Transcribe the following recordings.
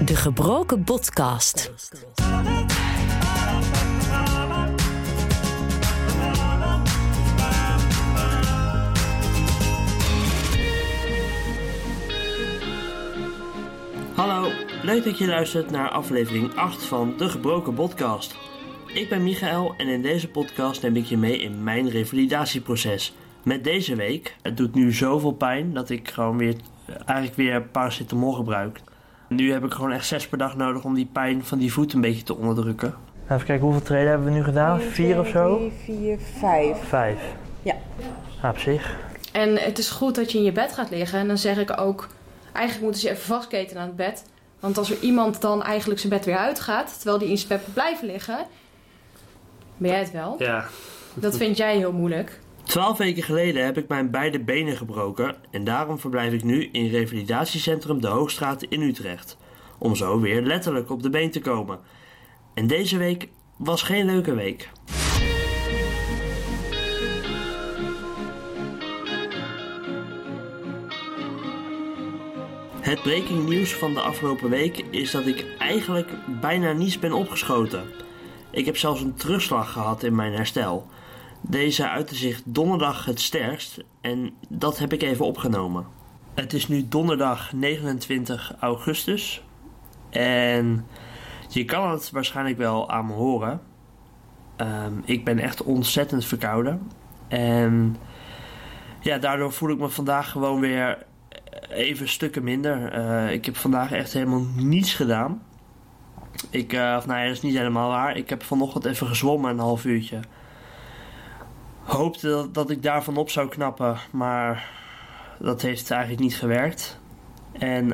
De Gebroken Podcast. Hallo, leuk dat je luistert naar aflevering 8 van De Gebroken Podcast. Ik ben Michael en in deze podcast neem ik je mee in mijn revalidatieproces. Met deze week, het doet nu zoveel pijn dat ik gewoon weer paracetamol gebruik. Nu heb ik gewoon echt 6 per dag nodig om die pijn van die voet een beetje te onderdrukken. Even kijken, hoeveel treden hebben we nu gedaan? 4 of zo? 3, 4, 5. 5. Ja. Op zich. En het is goed dat je in je bed gaat liggen. En dan zeg ik ook, eigenlijk moeten ze even vastketenen aan het bed. Want als er iemand dan eigenlijk zijn bed weer uitgaat, terwijl die in zijn bed blijven liggen, ben jij het wel? Ja. Dat vind jij heel moeilijk. 12 weken geleden heb ik mijn beide benen gebroken en daarom verblijf ik nu in revalidatiecentrum De Hoogstraat in Utrecht. Om zo weer letterlijk op de been te komen. En deze week was geen leuke week. Het breaking nieuws van de afgelopen week is dat ik eigenlijk bijna niets ben opgeschoten. Ik heb zelfs een terugslag gehad in mijn herstel. Deze uitte zich donderdag het sterkst en dat heb ik even opgenomen. Het is nu donderdag 29 augustus en je kan het waarschijnlijk wel aan me horen. Ik ben echt ontzettend verkouden en ja, daardoor voel ik me vandaag gewoon weer even stukken minder. Ik heb vandaag echt helemaal niets gedaan. Dat is niet helemaal waar. Ik heb vanochtend even gezwommen een half uurtje. Hoopte dat ik daarvan op zou knappen, maar dat heeft eigenlijk niet gewerkt. En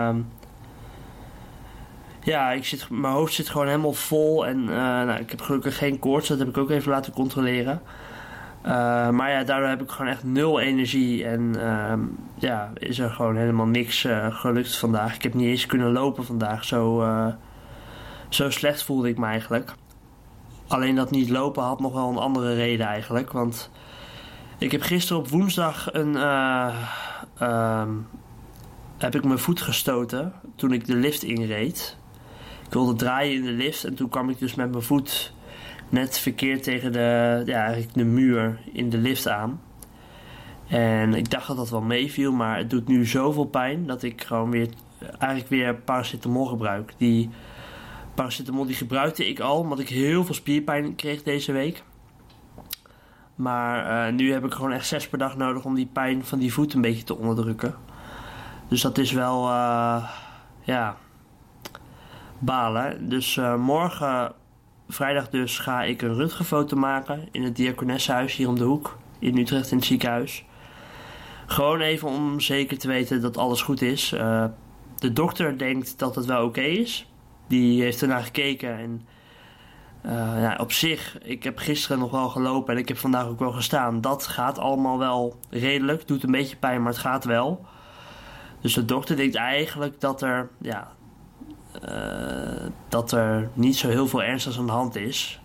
mijn hoofd zit gewoon helemaal vol en ik heb gelukkig geen koorts, dat heb ik ook even laten controleren. Maar ja, daardoor heb ik gewoon echt 0 energie en is er gewoon helemaal niks gelukt vandaag. Ik heb niet eens kunnen lopen vandaag, zo slecht voelde ik me eigenlijk. Alleen dat niet lopen had nog wel een andere reden eigenlijk. Want ik heb gisteren op woensdag heb ik mijn voet gestoten toen ik de lift inreed. Ik wilde draaien in de lift en toen kwam ik dus met mijn voet net verkeerd tegen de muur in de lift aan. En ik dacht dat dat wel meeviel, maar het doet nu zoveel pijn dat ik gewoon weer paracetamol gebruik. Die paracetamol die gebruikte ik al, omdat ik heel veel spierpijn kreeg deze week. Maar nu heb ik gewoon echt 6 per dag nodig om die pijn van die voet een beetje te onderdrukken. Dus dat is wel, balen. Dus morgen, vrijdag dus, ga ik een röntgenfoto maken in het Diakonessenhuis hier om de hoek. In Utrecht in het ziekenhuis. Gewoon even om zeker te weten dat alles goed is. De dokter denkt dat het wel oké is. Die heeft ernaar gekeken en op zich, ik heb gisteren nog wel gelopen en ik heb vandaag ook wel gestaan. Dat gaat allemaal wel redelijk, doet een beetje pijn, maar het gaat wel. Dus de dokter denkt eigenlijk dat er niet zo heel veel ernstigs aan de hand is.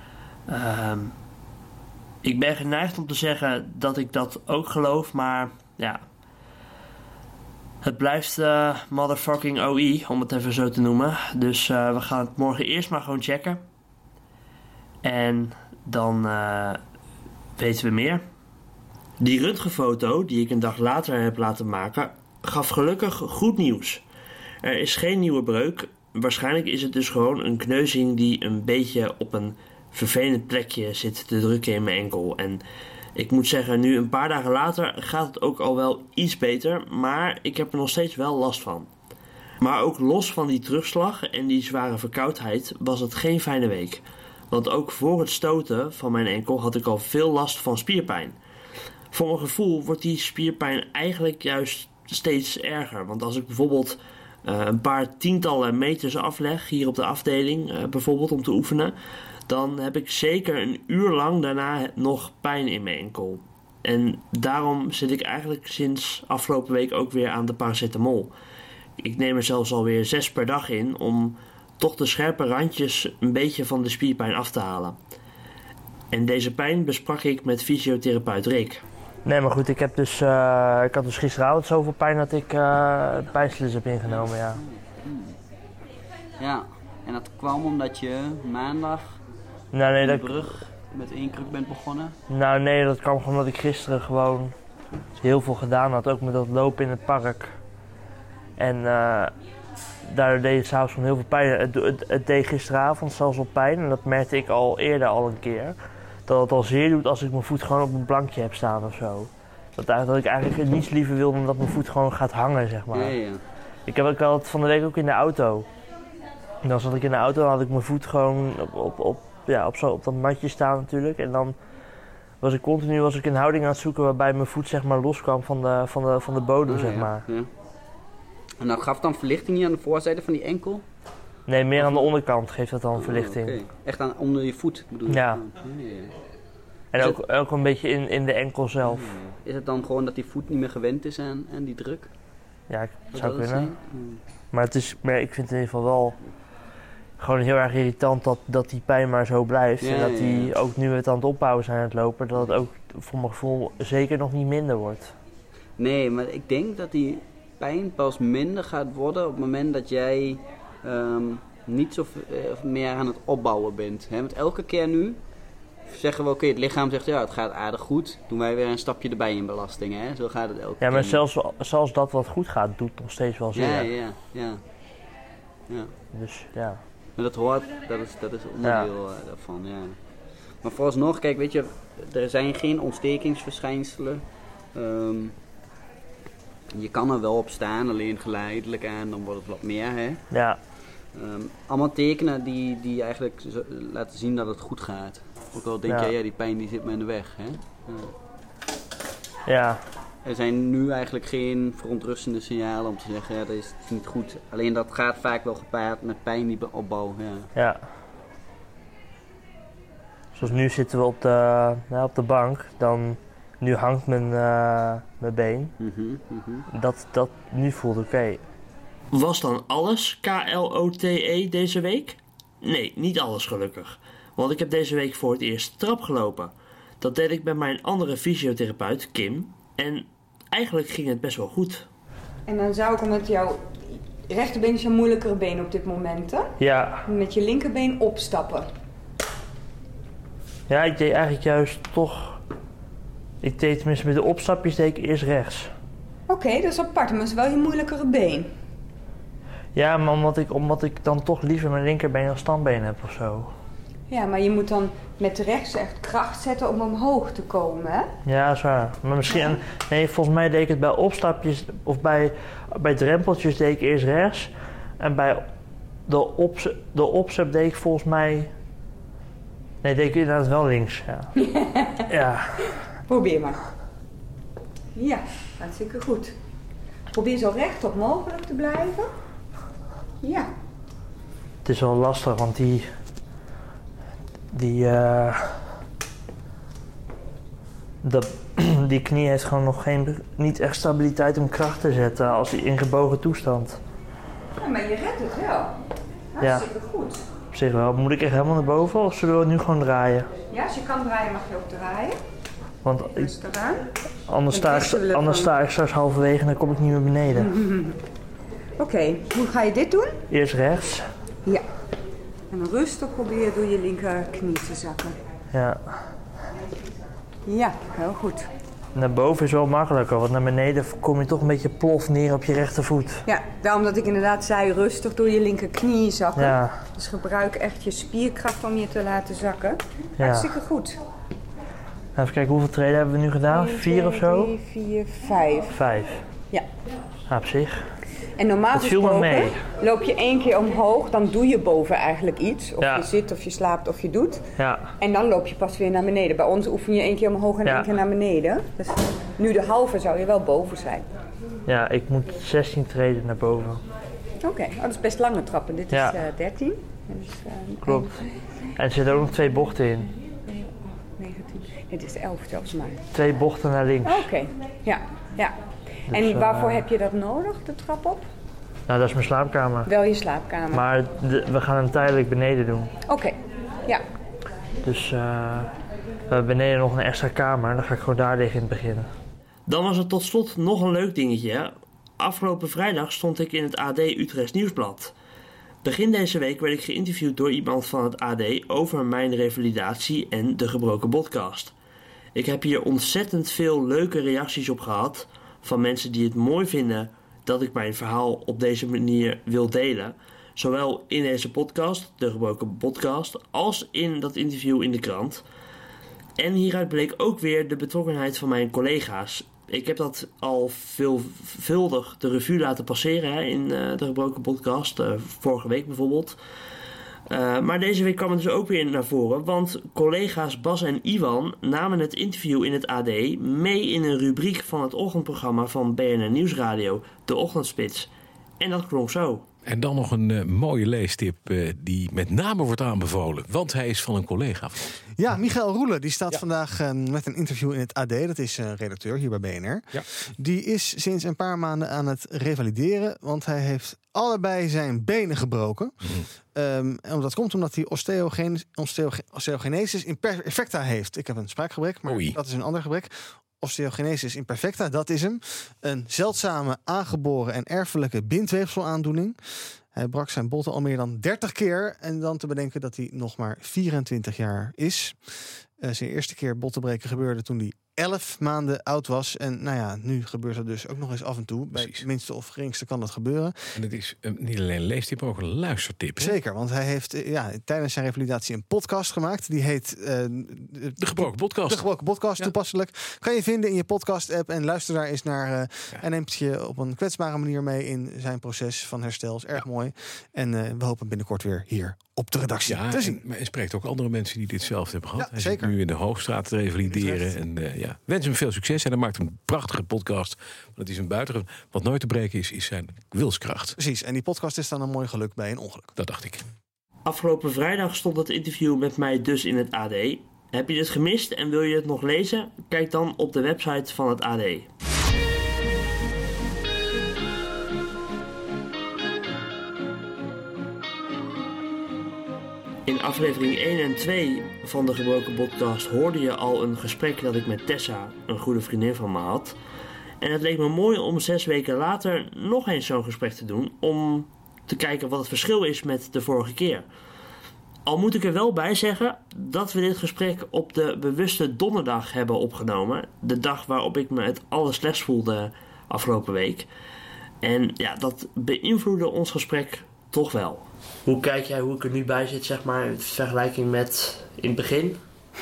Ik ben geneigd om te zeggen dat ik dat ook geloof, maar ja, het blijft motherfucking OI, om het even zo te noemen. Dus we gaan het morgen eerst maar gewoon checken. En dan weten we meer. Die röntgenfoto die ik een dag later heb laten maken, gaf gelukkig goed nieuws. Er is geen nieuwe breuk. Waarschijnlijk is het dus gewoon een kneuzing die een beetje op een vervelend plekje zit te drukken in mijn enkel. En ik moet zeggen, nu een paar dagen later gaat het ook al wel iets beter, maar ik heb er nog steeds wel last van. Maar ook los van die terugslag en die zware verkoudheid was het geen fijne week. Want ook voor het stoten van mijn enkel had ik al veel last van spierpijn. Voor mijn gevoel wordt die spierpijn eigenlijk juist steeds erger. Want als ik bijvoorbeeld een paar tientallen meters afleg, hier op de afdeling bijvoorbeeld om te oefenen, dan heb ik zeker een uur lang daarna nog pijn in mijn enkel. En daarom zit ik eigenlijk sinds afgelopen week ook weer aan de paracetamol. Ik neem er zelfs alweer 6 per dag in om toch de scherpe randjes een beetje van de spierpijn af te halen. En deze pijn besprak ik met fysiotherapeut Rick. Nee, maar goed, ik had dus gisteravond zoveel pijn dat ik pijnstillers heb ingenomen, ja. Ja, en dat kwam omdat je maandag Nou, nee, de dat, brug met 1 kruk bent begonnen. nou, nee, dat kwam gewoon omdat ik gisteren gewoon heel veel gedaan had. Ook met dat lopen in het park. En daardoor deed het s'avonds gewoon heel veel pijn. Het deed gisteravond zelfs al pijn. En dat merkte ik al eerder al een keer. Dat het al zeer doet als ik mijn voet gewoon op een plankje heb staan of zo. Dat ik eigenlijk niets liever wil dan dat mijn voet gewoon gaat hangen, zeg maar. Ja. Ik had het van de week ook in de auto. En dan zat ik in de auto en had ik mijn voet gewoon op dat matje staan natuurlijk. En dan was ik continu een houding aan het zoeken waarbij mijn voet zeg maar loskwam van de bodem, zeg maar. Ja. En dat gaf dan verlichting hier aan de voorzijde van die enkel? Nee, meer aan de onderkant geeft dat dan verlichting. Okay. Echt onder je voet bedoel je? Ja. En ook een beetje in de enkel zelf. Is het dan gewoon dat die voet niet meer gewend is aan die druk? Ja, het Wat zou dat kunnen. zijn? Maar ik vind het in ieder geval wel gewoon heel erg irritant dat die pijn maar zo blijft. Ja, en dat die ook nu we het aan het opbouwen zijn aan het lopen, dat het ook voor mijn gevoel zeker nog niet minder wordt. Nee, maar ik denk dat die pijn pas minder gaat worden op het moment dat jij niet zo meer aan het opbouwen bent. Hè? Want elke keer nu zeggen we het lichaam zegt ja, het gaat aardig goed. Doen wij weer een stapje erbij in belasting. Hè? Zo gaat het elke keer. Ja, maar zelfs dat wat goed gaat, doet nog steeds wel zeer. Ja. Dus ja. Maar dat hoort, dat is onderdeel daarvan, ja. Maar vooralsnog, kijk, weet je, er zijn geen ontstekingsverschijnselen. Je kan er wel op staan, alleen geleidelijk aan, dan wordt het wat meer, hè. Ja. Allemaal tekenen die eigenlijk laten zien dat het goed gaat. Ook al denk je, die pijn die zit me in de weg, hè. Ja. Er zijn nu eigenlijk geen verontrustende signalen om te zeggen, dat is niet goed. Alleen dat gaat vaak wel gepaard met pijn die opbouw, Ja. Zoals nu zitten we op de bank, nu hangt mijn been. Nu voelt het oké. Was dan alles KLOTE deze week? Nee, niet alles gelukkig. Want ik heb deze week voor het eerst trap gelopen. Dat deed ik bij mijn andere fysiotherapeut, Kim. En eigenlijk ging het best wel goed. En dan zou ik met jouw rechterbeen is jouw moeilijkere been op dit moment, hè? Ja. Met je linkerbeen opstappen. Ja, ik deed eigenlijk juist toch... Ik deed tenminste met de opstapjes deed ik eerst rechts. Oké, dat is apart, maar het is wel je moeilijkere been. Ja, maar omdat ik dan toch liever mijn linkerbeen als standbeen heb of zo. Ja, maar je moet dan met rechts echt kracht zetten om omhoog te komen, hè? Ja, dat is waar. Maar misschien... Nee, volgens mij deed ik het bij opstapjes of bij drempeltjes deed ik eerst rechts. En bij de opzet deed ik volgens mij... Nee, deed ik inderdaad wel links, ja. Ja. Probeer maar. Ja, hartstikke goed. Probeer zo rechtop mogelijk te blijven. Ja. Het is wel lastig, want die knie heeft gewoon nog niet echt stabiliteit om kracht te zetten als die in gebogen toestand. Ja, maar je redt het wel. Hartstikke goed. Op zich wel. Moet ik echt helemaal naar boven of zullen we nu gewoon draaien? Ja, als je kan draaien mag je ook draaien. Want Rustig aan. anders sta ik straks halverwege en dan kom ik niet meer beneden. Oké, hoe ga je dit doen? Eerst rechts. Ja. En dan rustig probeer door je linkerknie te zakken. Ja. Ja, heel goed. Naar boven is wel makkelijker, want naar beneden kom je toch een beetje plof neer op je rechtervoet. Ja, daarom dat ik inderdaad zei rustig door je linkerknie zakken. Ja. Dus gebruik echt je spierkracht om je te laten zakken. Ja. Hartstikke goed. Even kijken, hoeveel treden hebben we nu gedaan? 4 of zo? 3, 4, 5. 5. Ja. Op zich. En normaal Dat viel me gesproken mee. loop je 1 keer omhoog, dan doe je boven eigenlijk iets. Of Ja. je zit, of je slaapt, of je doet. Ja. En dan loop je pas weer naar beneden. Bij ons oefen je 1 keer omhoog en 1 keer naar beneden. Dus nu de halve zou je wel boven zijn. Ja, ik moet 16 treden naar boven. Oké, dat is best lange trappen. Dit Ja. is 13. Dus, Klopt. En er zitten ook nog 2 bochten in. 19. Dit is 11 zelfs maar. 2 bochten naar links. Oké, ja. Dus, En waarvoor heb je dat nodig, de trap op? Nou, dat is mijn slaapkamer. Wel je slaapkamer. Maar we gaan hem tijdelijk beneden doen. Oké, ja. Dus we hebben beneden nog een extra kamer. Dan ga ik gewoon daar liggen in het begin. Dan was er tot slot nog een leuk dingetje. Afgelopen vrijdag stond ik in het AD Utrechts Nieuwsblad. Begin deze week werd ik geïnterviewd door iemand van het AD over mijn revalidatie en de gebroken podcast. Ik heb hier ontzettend veel leuke reacties op gehad van mensen die het mooi vinden dat ik mijn verhaal op deze manier wil delen. Zowel in deze podcast, de gebroken podcast, als in dat interview in de krant. En hieruit bleek ook weer de betrokkenheid van mijn collega's. Ik heb dat al veelvuldig de revue laten passeren in de gebroken podcast. Vorige week bijvoorbeeld. Maar deze week kwam het dus ook weer naar voren. Want collega's Bas en Iwan namen het interview in het AD mee in een rubriek van het ochtendprogramma van BNR Nieuwsradio, De Ochtendspits. En dat klonk zo. En dan nog een mooie leestip die met name wordt aanbevolen. Want hij is van een collega. Ja, Michael Roelen, die staat vandaag met een interview in het AD. Dat is redacteur hier bij BNR. Ja. Die is sinds een paar maanden aan het revalideren. Want hij heeft allebei zijn benen gebroken. En dat komt omdat hij osteogenesis imperfecta heeft. Ik heb een spraakgebrek, maar dat is een ander gebrek. Osteogenesis imperfecta, dat is hem. Een zeldzame aangeboren en erfelijke bindweefselaandoening. Hij brak zijn botten al meer dan 30 keer. En dan te bedenken dat hij nog maar 24 jaar is. Zijn eerste keer botten breken gebeurde toen hij 11 maanden oud was. En nou ja, nu gebeurt dat dus ook nog eens af en toe. Precies. Bij het minste of geringste kan dat gebeuren. En het is niet alleen een leestip, maar ook een luistertip. Hè? Zeker, want hij heeft tijdens zijn revalidatie een podcast gemaakt. Die heet De Gebroken Podcast. De Gebroken Podcast, toepasselijk. Kan je vinden in je podcast-app en luister daar eens naar. Hij neemt je op een kwetsbare manier mee in zijn proces van herstel. Is erg mooi. En we hopen binnenkort weer hier op de redactie te zien. Maar hij spreekt ook andere mensen die dit zelf hebben gehad. Hij zeker. zit nu in de Hoogstraat te revalideren. En wens hem veel succes. En hij maakt een prachtige podcast. Want het is een buitengewoon. Wat nooit te breken is zijn wilskracht. Precies. En die podcast is dan een mooi geluk bij een ongeluk. Dat dacht ik. Afgelopen vrijdag stond het interview met mij dus in het AD. Heb je het gemist en wil je het nog lezen? Kijk dan op de website van het AD. In aflevering 1 en 2 van de Gebroken Podcast hoorde je al een gesprek dat ik met Tessa, een goede vriendin van me, had. En het leek me mooi om 6 weken later nog eens zo'n gesprek te doen, om te kijken wat het verschil is met de vorige keer. Al moet ik er wel bij zeggen dat we dit gesprek op de bewuste donderdag hebben opgenomen. De dag waarop ik me het allerslechtst voelde afgelopen week. En ja, dat beïnvloedde ons gesprek toch wel. Hoe kijk jij hoe ik er nu bij zit, zeg maar, in vergelijking met in het begin?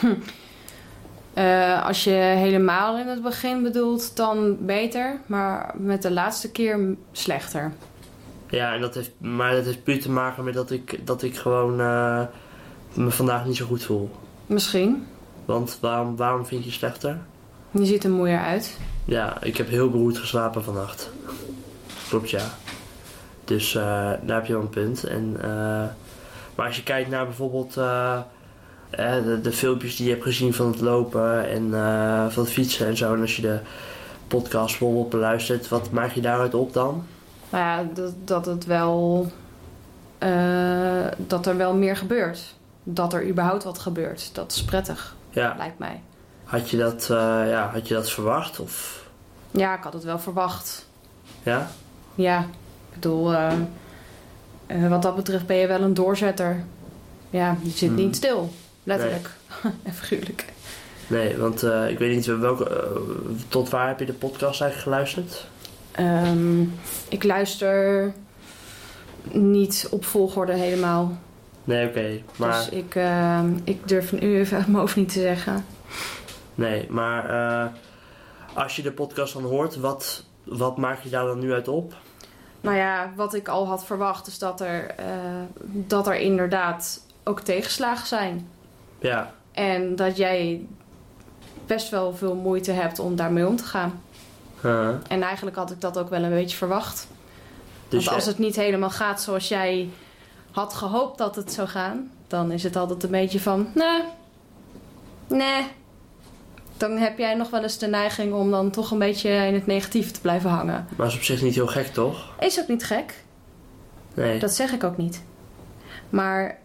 Als je helemaal in het begin bedoelt, dan beter. Maar met de laatste keer slechter. Ja, en dat heeft puur te maken met dat ik gewoon me vandaag niet zo goed voel. Misschien. Want waarom vind je slechter? Je ziet er moeier uit. Ja, ik heb heel beroerd geslapen vannacht. Klopt, ja. Dus daar heb je wel een punt. Maar als je kijkt naar bijvoorbeeld de filmpjes die je hebt gezien van het lopen en van het fietsen en zo. En als je de podcast bijvoorbeeld beluistert, wat maak je daaruit op dan? Nou ja, dat het wel dat er wel meer gebeurt. Dat er überhaupt wat gebeurt. Dat is prettig, lijkt mij. Had je dat verwacht? Of? Ja, ik had het wel verwacht. Ja? Ja, ik bedoel, wat dat betreft ben je wel een doorzetter. Ja, je zit niet stil, letterlijk en figuurlijk. Nee, want ik weet niet tot waar heb je de podcast eigenlijk geluisterd? Ik luister niet op volgorde helemaal. Nee, oké. Maar... Dus ik durf nu even uit mijn hoofd niet te zeggen. Nee, maar als je de podcast dan hoort, wat maak je daar dan nu uit op? Nou ja, wat ik al had verwacht is dat er inderdaad ook tegenslagen zijn. Ja. En dat jij best wel veel moeite hebt om daarmee om te gaan. En eigenlijk had ik dat ook wel een beetje verwacht. Dus want als het niet helemaal gaat zoals jij had gehoopt dat het zou gaan, dan is het altijd een beetje van, nee. Dan heb jij nog wel eens de neiging om dan toch een beetje in het negatieve te blijven hangen. Maar is op zich niet heel gek, toch? Is ook niet gek. Nee. Dat zeg ik ook niet. Maar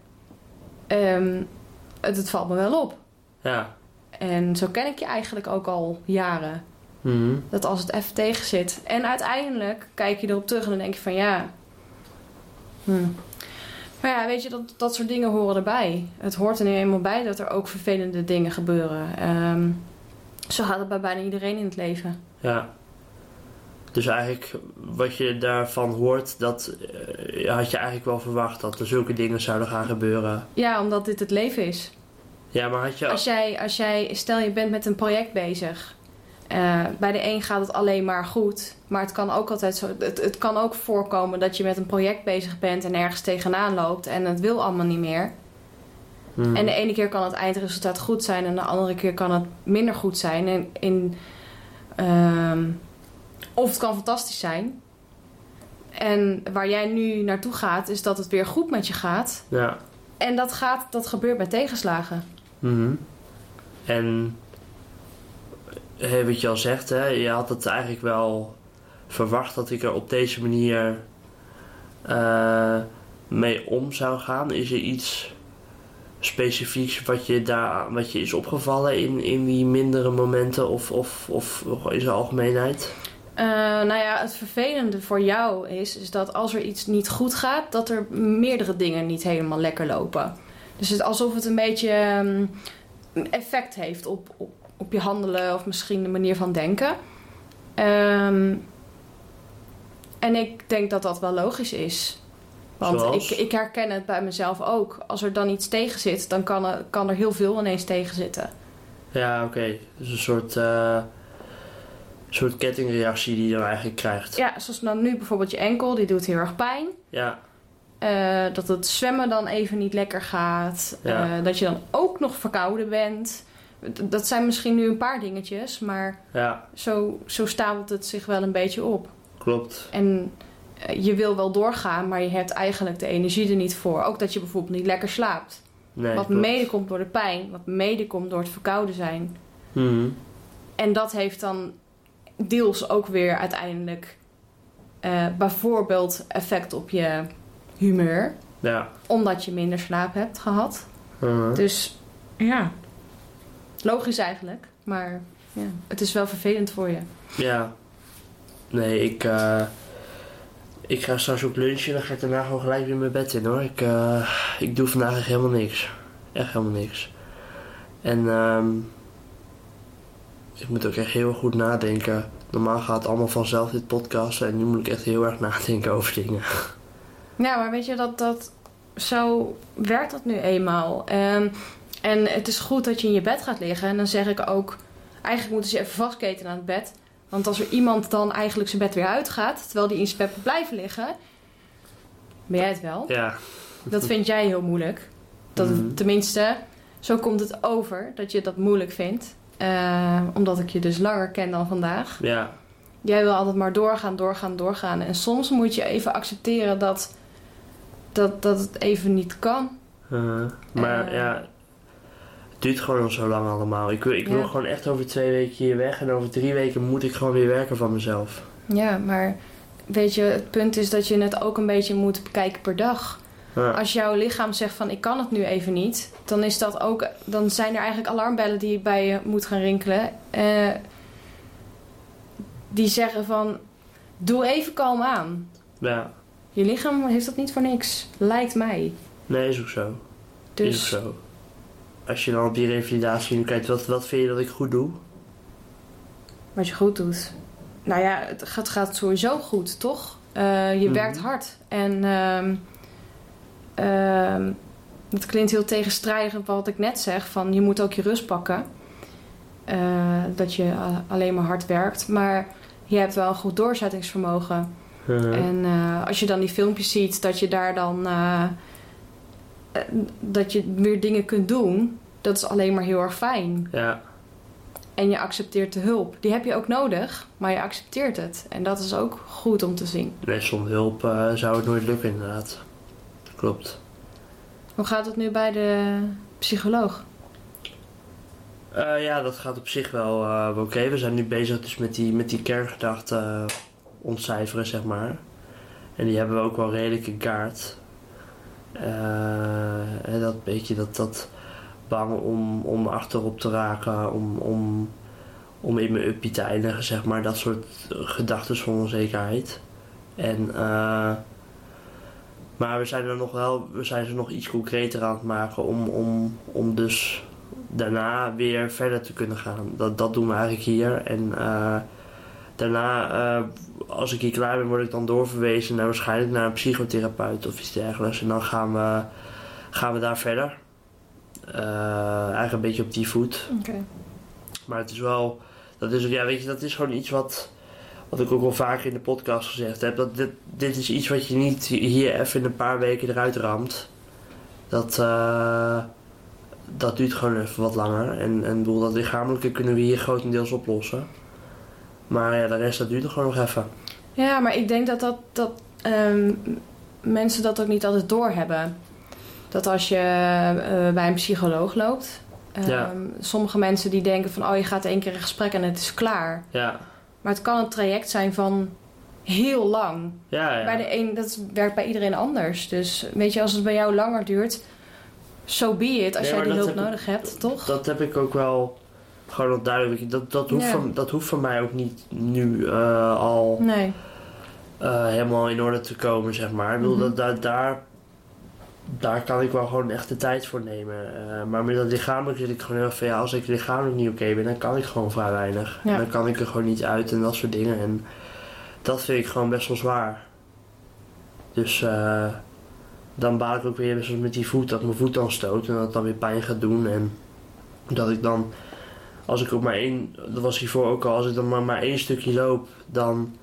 het valt me wel op. Ja. En zo ken ik je eigenlijk ook al jaren. Mm-hmm. Dat als het even tegen zit. En uiteindelijk kijk je erop terug en dan denk je van Maar ja, weet je, dat soort dingen horen erbij. Het hoort er nu eenmaal bij dat er ook vervelende dingen gebeuren. Zo gaat het bij bijna iedereen in het leven. Ja. Dus eigenlijk wat je daarvan hoort, dat had je eigenlijk wel verwacht dat er zulke dingen zouden gaan gebeuren. Ja, omdat dit het leven is. Ja, maar had je... Als jij, stel je bent met een project bezig. Bij de een gaat het alleen maar goed. Maar het kan ook altijd zo. Het kan ook voorkomen dat je met een project bezig bent en ergens tegenaan loopt en het wil allemaal niet meer. En de ene keer kan het eindresultaat goed zijn en de andere keer kan het minder goed zijn. Of het kan fantastisch zijn. En waar jij nu naartoe gaat, is dat het weer goed met je gaat. Ja. En dat gebeurt met tegenslagen. En wat je al zegt, hè, je had het eigenlijk wel verwacht dat ik er op deze manier mee om zou gaan. Is er iets specifieks wat je is opgevallen in die mindere momenten of in zijn algemeenheid? Het vervelende voor jou is dat als er iets niet goed gaat, dat er meerdere dingen niet helemaal lekker lopen. Dus het alsof het een beetje effect heeft op je handelen of misschien de manier van denken. En ik denk dat dat wel logisch is. Want ik herken het bij mezelf ook. Als er dan iets tegen zit, dan kan er heel veel ineens tegen zitten. Ja, oké. Dus een soort kettingreactie die je dan eigenlijk krijgt. Ja, zoals dan nu bijvoorbeeld je enkel, die doet heel erg pijn. Ja. Dat het zwemmen dan even niet lekker gaat. Ja. Dat je dan ook nog verkouden bent. Dat zijn misschien nu een paar dingetjes, maar ja. Zo stapelt het zich wel een beetje op. Klopt. En je wil wel doorgaan, maar je hebt eigenlijk de energie er niet voor. Ook dat je bijvoorbeeld niet lekker slaapt. Nee, wat klopt. mede komt door de pijn, wat mede komt door het verkouden zijn. En dat heeft dan deels ook weer uiteindelijk bijvoorbeeld effect op je humeur. Ja. Omdat je minder slaap hebt gehad. Dus ja, logisch eigenlijk. Maar ja, het is wel vervelend voor je. Ja. Nee, ik ga straks ook lunchen en dan ga ik daarna gewoon gelijk weer mijn bed in hoor. Ik doe vandaag echt helemaal niks. Echt helemaal niks. En ik moet ook echt heel goed nadenken. Normaal gaat het allemaal vanzelf dit podcasten en nu moet ik echt heel erg nadenken over dingen. Ja, maar weet je, zo werkt dat nu eenmaal. En het is goed dat je in je bed gaat liggen. En dan zeg ik ook, eigenlijk moeten ze even vastketenen aan het bed. Want als er iemand dan eigenlijk zijn bed weer uitgaat, terwijl die in zijn bed blijven liggen, ben jij het wel. Ja. Dat vind jij heel moeilijk. Tenminste, zo komt het over dat je dat moeilijk vindt. Omdat ik je dus langer ken dan vandaag. Ja. Jij wil altijd maar doorgaan. En soms moet je even accepteren dat het even niet kan. Maar ja, het duurt gewoon al zo lang allemaal. Ik wil gewoon echt over 2 weken hier weg. En over 3 weken moet ik gewoon weer werken van mezelf. Ja, maar weet je, het punt is dat je het ook een beetje moet bekijken per dag. Ja. Als jouw lichaam zegt van ik kan het nu even niet, dan zijn er eigenlijk alarmbellen die bij je moet gaan rinkelen. Die zeggen van doe even kalm aan. Ja. Je lichaam heeft dat niet voor niks, lijkt mij. Nee, is ook zo. Dus is ook zo. Als je dan op die revalidatie nu kijkt, wat vind je dat ik goed doe? wat je goed doet. Nou ja, het gaat sowieso goed, toch? Je werkt hard. En het klinkt heel tegenstrijdig wat ik net zeg. Van je moet ook je rust pakken. Dat je alleen maar hard werkt. Maar je hebt wel een goed doorzettingsvermogen. En als je dan die filmpjes ziet, dat je daar dan dat je weer dingen kunt doen, dat is alleen maar heel erg fijn. Ja. En je accepteert de hulp. Die heb je ook nodig, maar je accepteert het. En dat is ook goed om te zien. Nee, zonder hulp zou het nooit lukken inderdaad. Klopt. Hoe gaat het nu bij de psycholoog? Ja, dat gaat op zich wel oké. We zijn nu bezig dus met die kerngedachten ontcijferen, zeg maar. En die hebben we ook wel redelijk in kaart. Dat beetje dat bang om achterop te raken, om in mijn uppie te eindigen, zeg maar. Dat soort gedachten van onzekerheid. En Maar we zijn ze nog iets concreter aan het maken om dus daarna weer verder te kunnen gaan. Dat doen we eigenlijk hier. En daarna, als ik hier klaar ben, word ik dan doorverwezen waarschijnlijk naar een psychotherapeut of iets dergelijks. En dan gaan we daar verder. Eigenlijk een beetje op die voet. Okay. Maar het is wel, dat is gewoon iets wat ik ook wel vaker in de podcast gezegd heb. Dat dit is iets wat je niet hier even in een paar weken eruit ramt. Dat duurt gewoon even wat langer. En bedoel, dat lichamelijke kunnen we hier grotendeels oplossen. Maar ja, de rest dat duurt nog gewoon nog even. Ja, maar ik denk dat mensen dat ook niet altijd doorhebben. Dat als je bij een psycholoog loopt... sommige mensen die denken van... je gaat 1 keer een gesprek en het is klaar. Ja. Maar het kan een traject zijn van heel lang. Ja. Bij de een, dat werkt bij iedereen anders. Dus weet je, als het bij jou langer duurt... so be it, als jij die hulp nodig hebt, toch? Dat heb ik ook wel gewoon nog duidelijk. Dat hoeft van mij ook niet nu al helemaal in orde te komen, zeg maar. Ik bedoel, daar kan ik wel gewoon echt de tijd voor nemen. Maar met dat lichamelijk zit ik gewoon heel veel... als ik lichamelijk niet oké ben, dan kan ik gewoon vrij weinig. Ja. Dan kan ik er gewoon niet uit en dat soort dingen. En dat vind ik gewoon best wel zwaar. Dus dan baal ik ook weer zoals met die voet, dat mijn voet dan stoot en dat het dan weer pijn gaat doen. En dat ik dan, als ik ook maar dat was hiervoor ook al, als ik dan maar 1 stukje loop, dan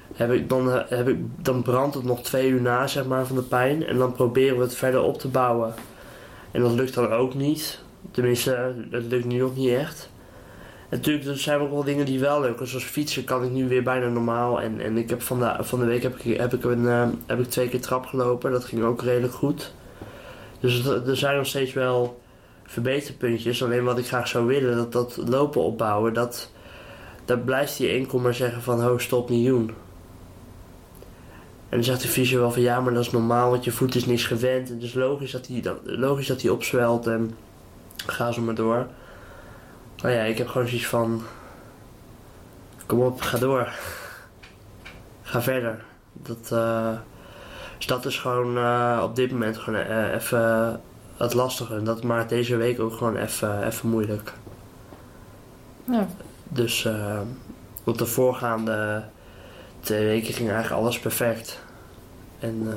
brandt het nog 2 uur na, zeg maar, van de pijn. En dan proberen we het verder op te bouwen. En dat lukt dan ook niet. Tenminste, dat lukt nu nog niet echt. En natuurlijk, er zijn ook wel dingen die wel lukken. Zoals fietsen kan ik nu weer bijna normaal. En ik heb van de week heb ik 2 keer trap gelopen. Dat ging ook redelijk goed. Dus er zijn nog steeds wel verbeterpuntjes. Alleen wat ik graag zou willen, dat lopen opbouwen, dat blijft die enkel maar zeggen van, stop niet doen. En dan zegt de fysio wel van, ja, maar dat is normaal, want je voet is niks gewend. En het is logisch dat die opzwelt en ga zo maar door. Maar ja, ik heb gewoon zoiets van, kom op, ga door. Ga verder. Dus dat is gewoon op dit moment gewoon even het lastige. En dat maakt deze week ook gewoon even moeilijk. Ja. Dus op de voorgaande 2 weken ging eigenlijk alles perfect. En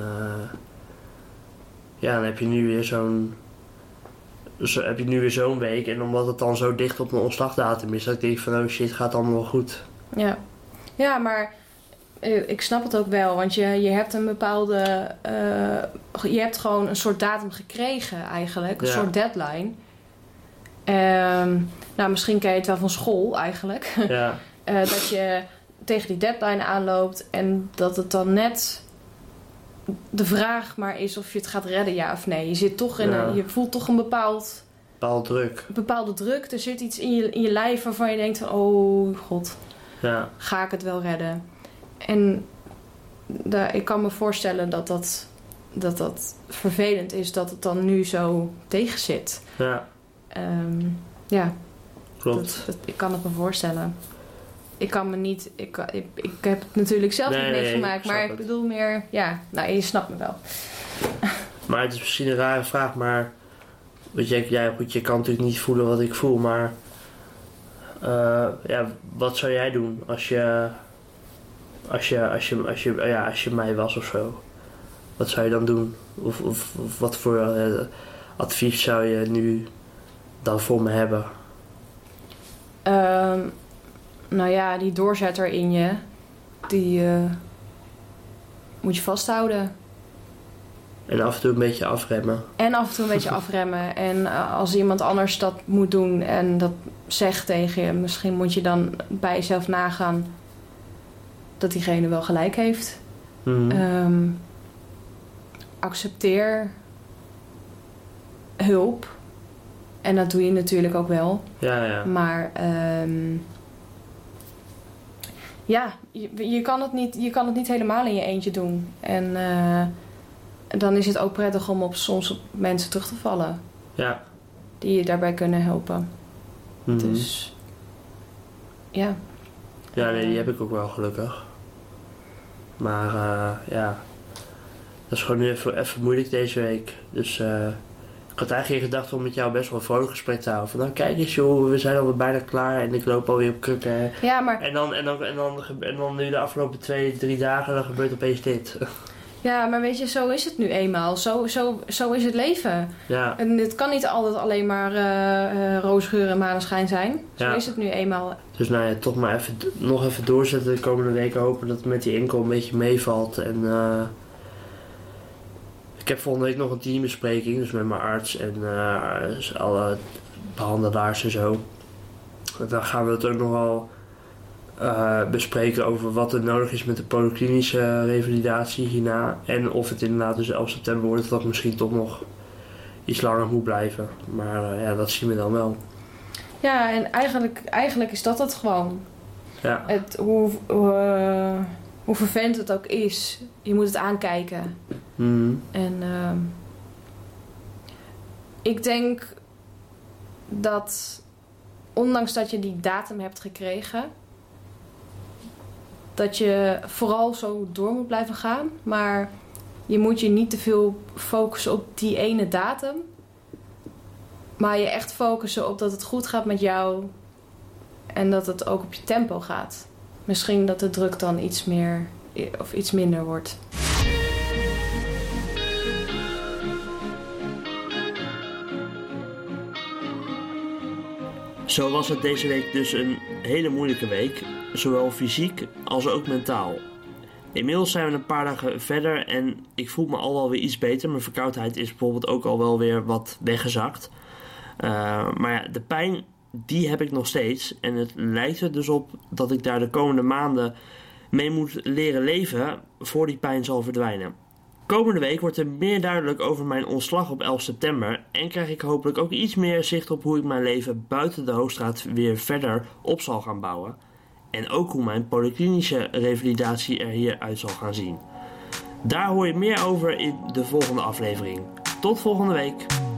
dan heb je nu weer zo'n week. En omdat het dan zo dicht op mijn ontslagdatum is, dat ik denk van, shit, gaat allemaal wel goed. Ja, maar ik snap het ook wel. Want je hebt een bepaalde... je hebt gewoon een soort datum gekregen eigenlijk. Een soort deadline. Misschien ken je het wel van school eigenlijk. Ja. Dat je tegen die deadline aanloopt en dat het dan net de vraag maar is of je het gaat redden, ja of nee. Je zit toch je voelt toch een bepaalde druk. Er zit iets in je lijf waarvan je denkt van, oh god, ga ik het wel redden? En ik kan me voorstellen dat vervelend is dat het dan nu zo tegenzit. Ja. Klopt. Ik kan het me voorstellen. Ik kan me niet... Ik heb het natuurlijk zelf niet meegemaakt. Maar ik bedoel meer... Ja, je snapt me wel. Maar het is misschien een rare vraag. Maar... je kan natuurlijk niet voelen wat ik voel. Maar... wat zou jij doen als je mij was of zo? Wat zou je dan doen? Of wat voor advies zou je nu dan voor me hebben? Die doorzetter in je, die moet je vasthouden. En af en toe een beetje afremmen. En als iemand anders dat moet doen en dat zegt tegen je, misschien moet je dan bij jezelf nagaan dat diegene wel gelijk heeft. Mm-hmm. Accepteer hulp. En dat doe je natuurlijk ook wel. Ja. Maar je kan het niet helemaal in je eentje doen. En dan is het ook prettig om soms op mensen terug te vallen. Ja. Die je daarbij kunnen helpen. Mm-hmm. Dus ja. Ja, die heb ik ook wel gelukkig. Maar Dat is gewoon nu even moeilijk deze week. Dus ik had eigenlijk in gedachten om met jou best wel een vrolijk gesprek te houden. Van nou kijk eens joh, we zijn alweer bijna klaar en ik loop alweer op krukken. Ja, maar... En dan nu de afgelopen 2-3 dagen, dan gebeurt opeens dit. Ja, maar weet je, zo is het nu eenmaal. Zo is het leven. Ja. En het kan niet altijd alleen maar roze geur en maneschijn zijn. Zo is het nu eenmaal. Dus nou ja, toch maar nog even doorzetten de komende weken. Hopen dat het met die enkel een beetje meevalt. En ik heb volgende week nog een teambespreking. Dus met mijn arts en alle behandelaars en zo. Dan gaan we het ook nogal bespreken over wat er nodig is met de polyklinische revalidatie hierna. En of het inderdaad dus 11 september wordt, dat misschien toch nog iets langer moet blijven. Maar dat zien we dan wel. Ja, en eigenlijk is dat het gewoon. Ja. Hoe vervelend het ook is, je moet het aankijken. Mm. En ik denk dat, ondanks dat je die datum hebt gekregen, dat je vooral zo door moet blijven gaan. Maar je moet je niet te veel focussen op die ene datum. Maar je echt focussen op dat het goed gaat met jou. En dat het ook op je tempo gaat. Misschien dat de druk dan iets meer of iets minder wordt. Zo was het deze week dus een hele moeilijke week. Zowel fysiek als ook mentaal. Inmiddels zijn we een paar dagen verder en ik voel me al wel weer iets beter. Mijn verkoudheid is bijvoorbeeld ook al wel weer wat weggezakt. Maar ja, de pijn, die heb ik nog steeds. En het lijkt er dus op dat ik daar de komende maanden mee moet leren leven voor die pijn zal verdwijnen. Komende week wordt er meer duidelijk over mijn ontslag op 11 september. En krijg ik hopelijk ook iets meer zicht op hoe ik mijn leven buiten de Hoogstraat weer verder op zal gaan bouwen. En ook hoe mijn polyklinische revalidatie er hieruit zal gaan zien. Daar hoor je meer over in de volgende aflevering. Tot volgende week.